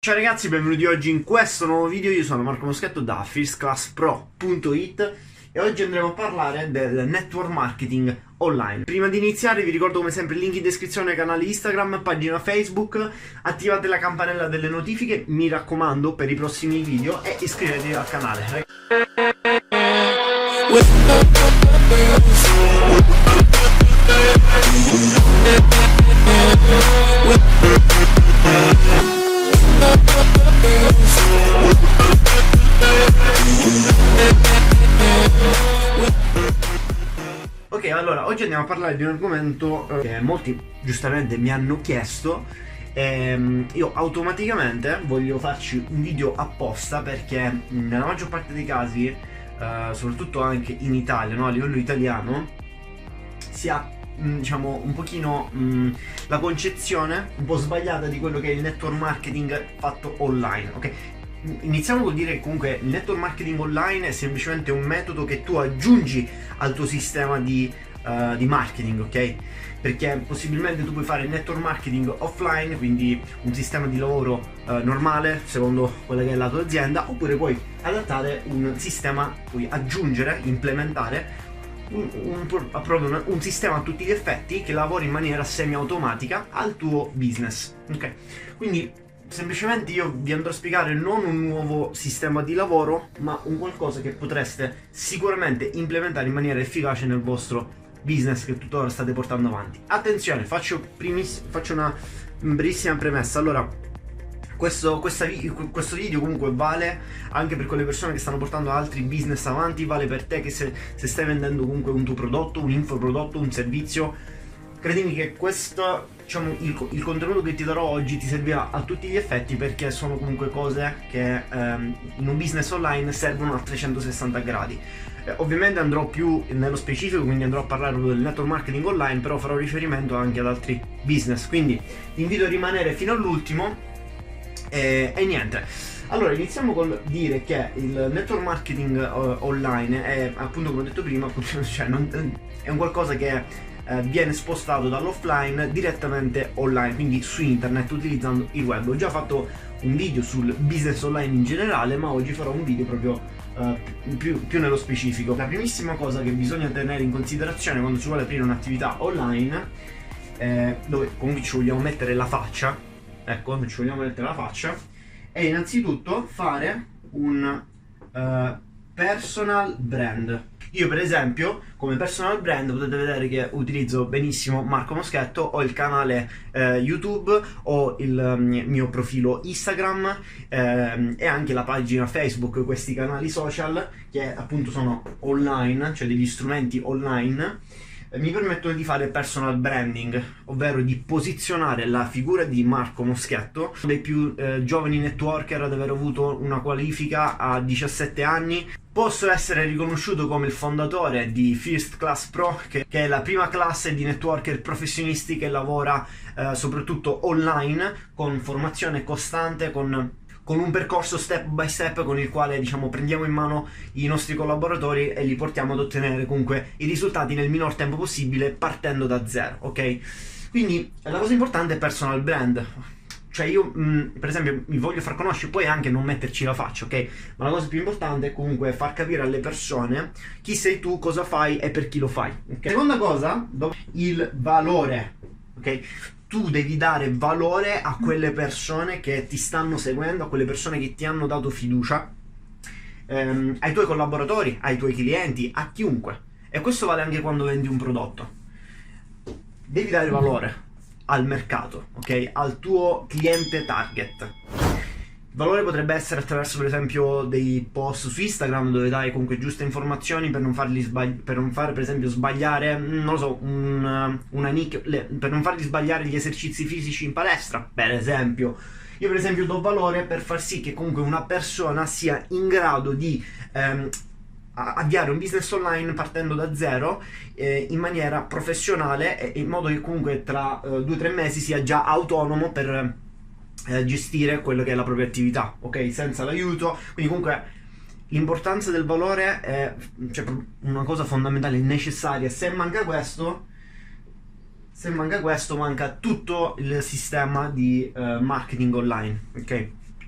Ciao ragazzi, benvenuti oggi in questo nuovo video. Io sono Marco Moschetto da firstclasspro.it e oggi andremo a parlare del network marketing online. Prima di iniziare vi ricordo come sempre il link in descrizione, canale Instagram, pagina Facebook, attivate la campanella delle notifiche, mi raccomando, per i prossimi video, e iscrivetevi al canale. Ok, allora, oggi andiamo a parlare di un argomento che molti giustamente mi hanno chiesto. Io automaticamente voglio farci un video apposta perché nella maggior parte dei casi, soprattutto anche in Italia, no? A livello italiano, si ha diciamo un pochino la concezione un po' sbagliata di quello che è il network marketing fatto online, ok? Iniziamo col dire che comunque il network marketing online è semplicemente un metodo che tu aggiungi al tuo sistema di marketing, ok? Perché possibilmente tu puoi fare il network marketing offline, quindi un sistema di lavoro normale secondo quella che è la tua azienda, oppure puoi adattare un sistema, puoi aggiungere, implementare proprio un sistema a tutti gli effetti che lavora in maniera semi-automatica al tuo business, ok? Quindi semplicemente io vi andrò a spiegare non un nuovo sistema di lavoro, ma un qualcosa che potreste sicuramente implementare in maniera efficace nel vostro business che tuttora state portando avanti. Attenzione, faccio una brevissima premessa. Allora, questo video comunque vale anche per quelle persone che stanno portando altri business avanti, vale per te che se stai vendendo comunque un tuo prodotto, un infoprodotto, un servizio. Credimi che questo, diciamo, il contenuto che ti darò oggi ti servirà a tutti gli effetti, perché sono comunque cose che in un business online servono a 360 gradi. Ovviamente andrò più nello specifico, quindi andrò a parlare del network marketing online, però farò riferimento anche ad altri business, quindi ti invito a rimanere fino all'ultimo e niente. Allora, iniziamo col dire che il network marketing online è, appunto, come ho detto prima, cioè è un qualcosa che viene spostato dall'offline direttamente online, quindi su internet utilizzando il web. Ho già fatto un video sul business online in generale, ma oggi farò un video proprio più nello specifico. La primissima cosa che bisogna tenere in considerazione quando si vuole aprire un'attività online, dove comunque ci vogliamo mettere la faccia, ecco, ci vogliamo mettere la faccia, è innanzitutto fare un personal brand. Io per esempio come personal brand potete vedere che utilizzo benissimo Marco Moschetto, ho il canale YouTube, ho il mio profilo Instagram e anche la pagina Facebook. Questi canali social che appunto sono online, cioè degli strumenti online, mi permettono di fare personal branding, ovvero di posizionare la figura di Marco Moschetto, uno dei più giovani networker ad aver avuto una qualifica a 17 anni. Posso essere riconosciuto come il fondatore di First Class Pro, che è la prima classe di networker professionisti che lavora soprattutto online, con formazione costante, con un percorso step by step con il quale, diciamo, prendiamo in mano i nostri collaboratori e li portiamo ad ottenere comunque i risultati nel minor tempo possibile, partendo da zero, ok? Quindi la cosa importante è personal brand. Cioè io per esempio mi voglio far conoscere, poi anche non metterci la faccia, ok? Ma la cosa più importante è comunque far capire alle persone chi sei tu, cosa fai e per chi lo fai, okay? Seconda cosa, il valore, ok? Tu devi dare valore a quelle persone che ti stanno seguendo, a quelle persone che ti hanno dato fiducia, ai tuoi collaboratori, ai tuoi clienti, a chiunque. E questo vale anche quando vendi un prodotto. Devi dare valore al mercato, ok? Al tuo cliente target. Il valore potrebbe essere attraverso, per esempio, dei post su Instagram dove dai comunque giuste informazioni per non farli per non fare, per esempio, sbagliare, non lo so, per non farli sbagliare gli esercizi fisici in palestra, per esempio. Io per esempio do valore per far sì che comunque una persona sia in grado di avviare un business online partendo da zero in maniera professionale, in modo che comunque tra 2 o 3 mesi sia già autonomo per gestire quello che è la propria attività, ok? Senza l'aiuto. Quindi comunque l'importanza del valore è, cioè, una cosa fondamentale, necessaria. Se manca questo manca tutto il sistema di marketing online, ok?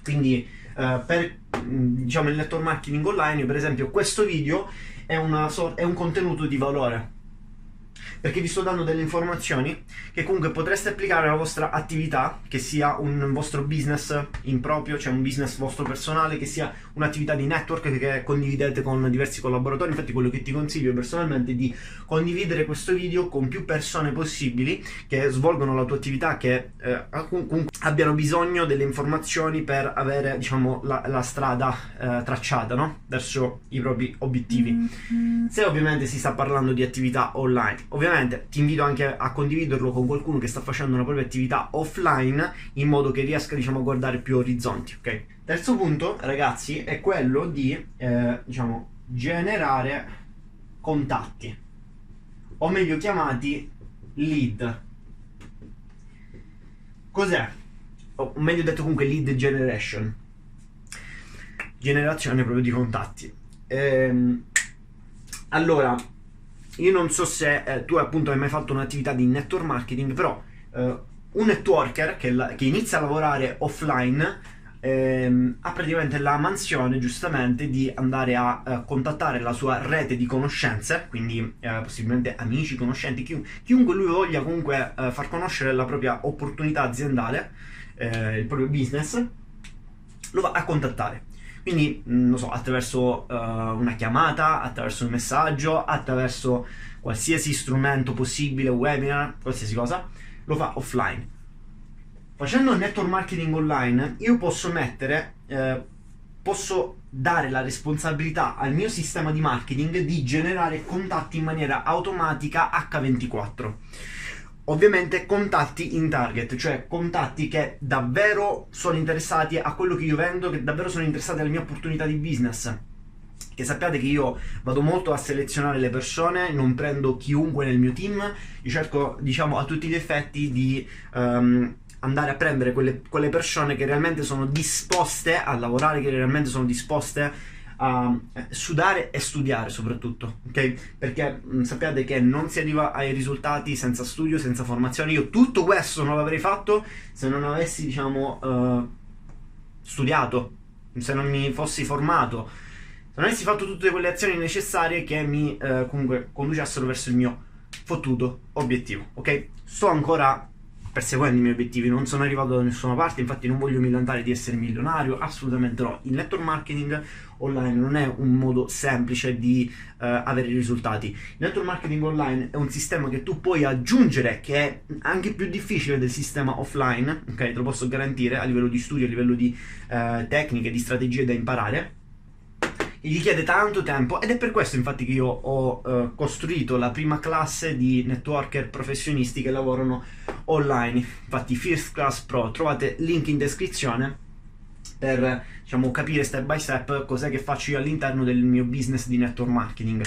Quindi per diciamo il network marketing online, per esempio, questo video è un contenuto di valore, perché vi sto dando delle informazioni che comunque potreste applicare alla vostra attività, che sia un vostro business in proprio, cioè un business vostro personale, che sia un'attività di network che condividete con diversi collaboratori. Infatti quello che ti consiglio personalmente è di condividere questo video con più persone possibili che svolgono la tua attività, che comunque abbiano bisogno delle informazioni per avere, diciamo, la strada tracciata, no? Verso i propri obiettivi. Se ovviamente si sta parlando di attività online, ovviamente ti invito anche a condividerlo con qualcuno che sta facendo una propria attività offline, in modo che riesca, diciamo, a guardare più orizzonti, ok? Terzo punto, ragazzi, è quello di diciamo, generare contatti, o meglio chiamati lead. Cos'è? O meglio detto, comunque, lead generation, generazione proprio di contatti. Allora, io non so se tu appunto hai mai fatto un'attività di network marketing, però un networker che inizia a lavorare offline ha praticamente la mansione, giustamente, di andare a contattare la sua rete di conoscenze, quindi possibilmente amici, conoscenti, chiunque lui voglia comunque far conoscere la propria opportunità aziendale, il proprio business, lo va a contattare. Quindi, non so, attraverso una chiamata, attraverso un messaggio, attraverso qualsiasi strumento possibile, webinar, qualsiasi cosa, lo fa offline. Facendo network marketing online, io posso posso dare la responsabilità al mio sistema di marketing di generare contatti in maniera automatica H24. Ovviamente contatti in target, cioè contatti che davvero sono interessati a quello che io vendo, che davvero sono interessati alle mie opportunità di business. Che sappiate che io vado molto a selezionare le persone, non prendo chiunque nel mio team, io cerco, diciamo, a tutti gli effetti di andare a prendere quelle persone che realmente sono disposte a lavorare, che realmente sono disposte a sudare e studiare soprattutto, ok? Perché sappiate che non si arriva ai risultati senza studio, senza formazione. Io tutto questo non l'avrei fatto se non avessi, diciamo, studiato, se non mi fossi formato, se non avessi fatto tutte quelle azioni necessarie che mi comunque conducessero verso il mio fottuto obiettivo, ok? Sto ancora perseguendo i miei obiettivi, non sono arrivato da nessuna parte, infatti non voglio millantare di essere milionario, assolutamente no. Il network marketing online non è un modo semplice di avere risultati. Il network marketing online è un sistema che tu puoi aggiungere, che è anche più difficile del sistema offline, ok? Te lo posso garantire, a livello di studio, a livello di tecniche, di strategie da imparare. Gli chiede tanto tempo, ed è per questo infatti che io ho costruito la prima classe di networker professionisti che lavorano online, infatti First Class Pro. Trovate link in descrizione per, diciamo, capire step by step cos'è che faccio io all'interno del mio business di network marketing.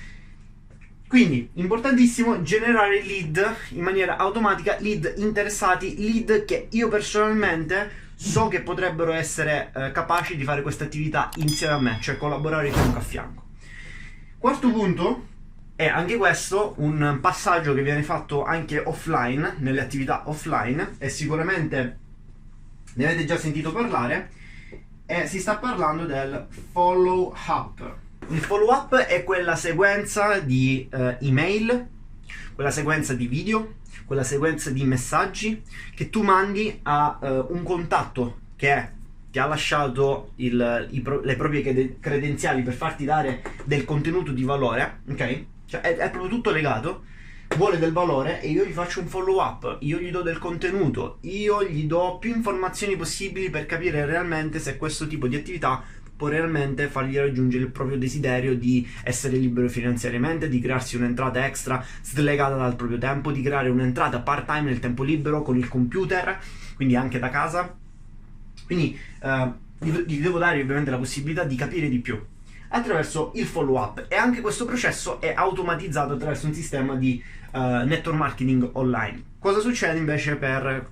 Quindi, importantissimo, generare lead in maniera automatica, lead interessati, lead che io personalmente so che potrebbero essere capaci di fare questa attività insieme a me, cioè collaborare fianco a fianco. Quarto punto, è anche questo un passaggio che viene fatto anche offline, nelle attività offline, e sicuramente ne avete già sentito parlare, e si sta parlando del follow up. Il follow up è quella sequenza di email, quella sequenza di video, quella sequenza di messaggi che tu mandi a un contatto che ti ha lasciato le proprie credenziali per farti dare del contenuto di valore, ok? Cioè è proprio tutto legato, vuole del valore e io gli faccio un follow up, io gli do del contenuto, io gli do più informazioni possibili per capire realmente se questo tipo di attività può realmente fargli raggiungere il proprio desiderio di essere libero finanziariamente, di crearsi un'entrata extra slegata dal proprio tempo, di creare un'entrata part time nel tempo libero con il computer, quindi anche da casa. Quindi gli devo dare ovviamente la possibilità di capire di più attraverso il follow up, e anche questo processo è automatizzato attraverso un sistema di network marketing online. Cosa succede invece per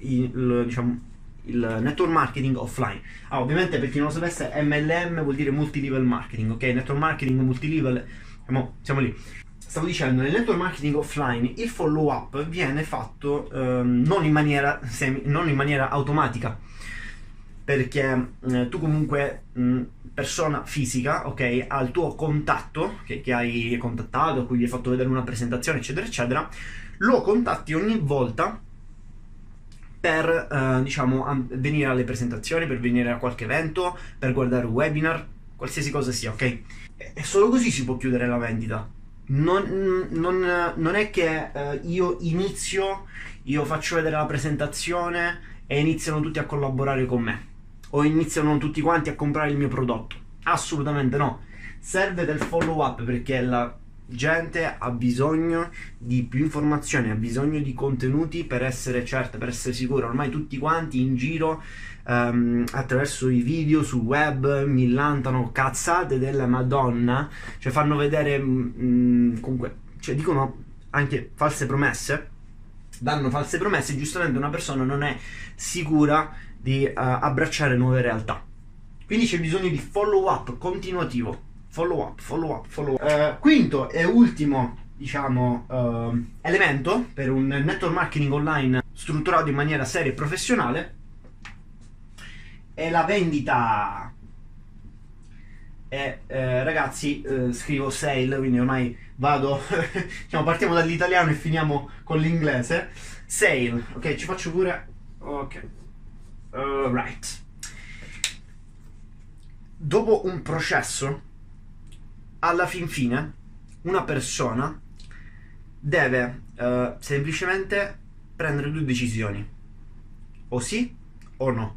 il network marketing offline? Ovviamente, per chi non lo sapesse, MLM vuol dire multi-level marketing, ok? Network marketing multi-level, siamo lì. Stavo dicendo, nel network marketing offline il follow up viene fatto non in maniera automatica, perché tu comunque persona fisica, ok, al tuo contatto che hai contattato, a cui gli hai fatto vedere una presentazione eccetera eccetera, lo contatti ogni volta per diciamo venire alle presentazioni, per venire a qualche evento, per guardare un webinar, qualsiasi cosa sia, ok? E solo così si può chiudere la vendita. Non è che io faccio vedere la presentazione e iniziano tutti a collaborare con me, o iniziano tutti quanti a comprare il mio prodotto. Assolutamente no. Serve del follow up, perché la gente ha bisogno di più informazioni, ha bisogno di contenuti per essere certa, per essere sicura. Ormai tutti quanti in giro attraverso i video sul web millantano cazzate della Madonna, cioè fanno vedere comunque, cioè dicono anche false promesse, danno false promesse, giustamente una persona non è sicura di abbracciare nuove realtà. Quindi c'è bisogno di follow up continuativo, follow up. Quinto e ultimo, diciamo, elemento per un network marketing online strutturato in maniera seria e professionale è la vendita. E ragazzi, scrivo sale, quindi ormai vado diciamo, partiamo dall'italiano e finiamo con l'inglese. Sale, ok, ci faccio pure, ok, right. Dopo un processo, alla fin fine una persona deve semplicemente prendere due decisioni: o sì o no.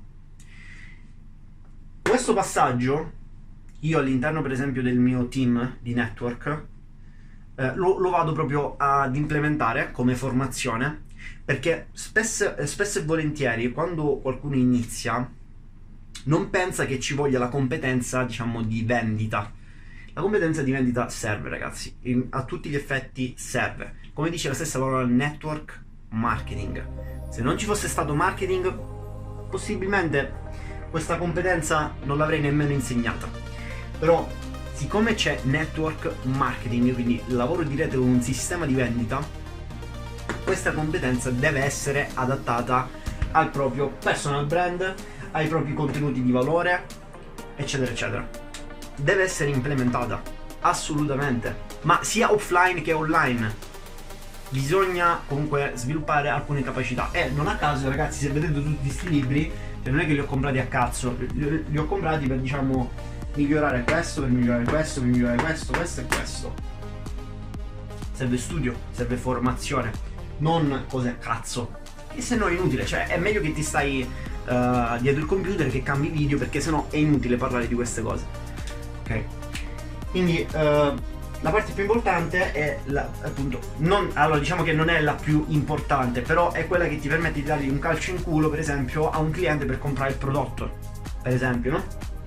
Questo passaggio io all'interno per esempio del mio team di network lo vado proprio ad implementare come formazione, perché spesso e volentieri quando qualcuno inizia non pensa che ci voglia la competenza, diciamo, di vendita. La competenza di vendita serve, ragazzi, a tutti gli effetti serve. Come dice la stessa parola, network marketing. Se non ci fosse stato marketing, possibilmente questa competenza non l'avrei nemmeno insegnata. Però siccome c'è network marketing, quindi lavoro diretto con un sistema di vendita, questa competenza deve essere adattata al proprio personal brand, ai propri contenuti di valore, eccetera eccetera. Deve essere implementata, assolutamente, ma sia offline che online. Bisogna comunque sviluppare alcune capacità. E non a caso, ragazzi, se vedete tutti questi libri, cioè non è che li ho comprati a cazzo, li ho comprati per, diciamo, migliorare questo, per migliorare questo, per migliorare questo e questo. Serve studio, serve formazione, non cose a cazzo, e se no è inutile. Cioè è meglio che ti stai dietro il computer che cambi video, perché sennò è inutile parlare di queste cose, ok? Quindi la parte più importante è appunto, allora diciamo che non è la più importante, però è quella che ti permette di dargli un calcio in culo, per esempio, a un cliente per comprare il prodotto, per esempio, no?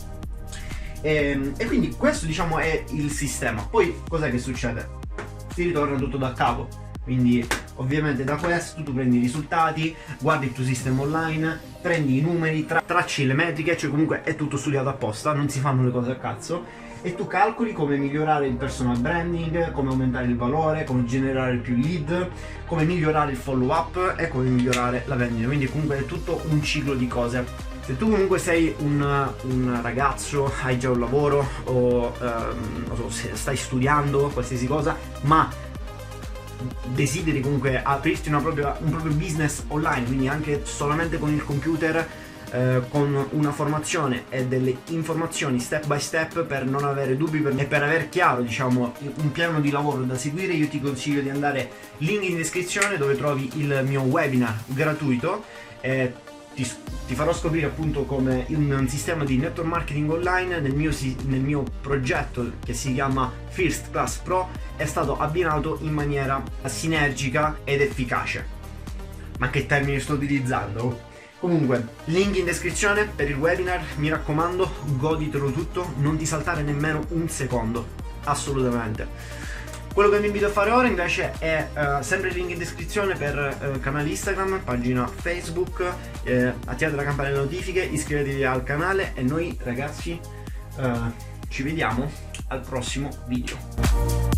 E quindi questo, diciamo, è il sistema. Poi cos'è che succede? Si ritorna tutto da capo. Quindi ovviamente da questo tu prendi i risultati, guardi il tuo sistema online, prendi i numeri, tracci le metriche, cioè comunque è tutto studiato apposta, non si fanno le cose a cazzo, e tu calcoli come migliorare il personal branding, come aumentare il valore, come generare più lead, come migliorare il follow up e come migliorare la vendita. Quindi comunque è tutto un ciclo di cose. Se tu comunque sei un ragazzo, hai già un lavoro o non so, se stai studiando qualsiasi cosa, ma desideri comunque aprirti un proprio business online, quindi anche solamente con il computer, con una formazione e delle informazioni step by step per non avere dubbi e per aver chiaro, diciamo, un piano di lavoro da seguire, io ti consiglio di andare, link in descrizione, dove trovi il mio webinar gratuito. Ti farò scoprire appunto come un sistema di network marketing online nel mio progetto che si chiama First Class Pro è stato abbinato in maniera sinergica ed efficace. Ma che termine sto utilizzando? Comunque, link in descrizione per il webinar, mi raccomando, goditelo tutto, non ti saltare nemmeno un secondo, assolutamente. Quello che vi invito a fare ora invece è sempre il link in descrizione per canale Instagram, pagina Facebook, attivate la campanella notifiche, iscrivetevi al canale e noi ragazzi ci vediamo al prossimo video.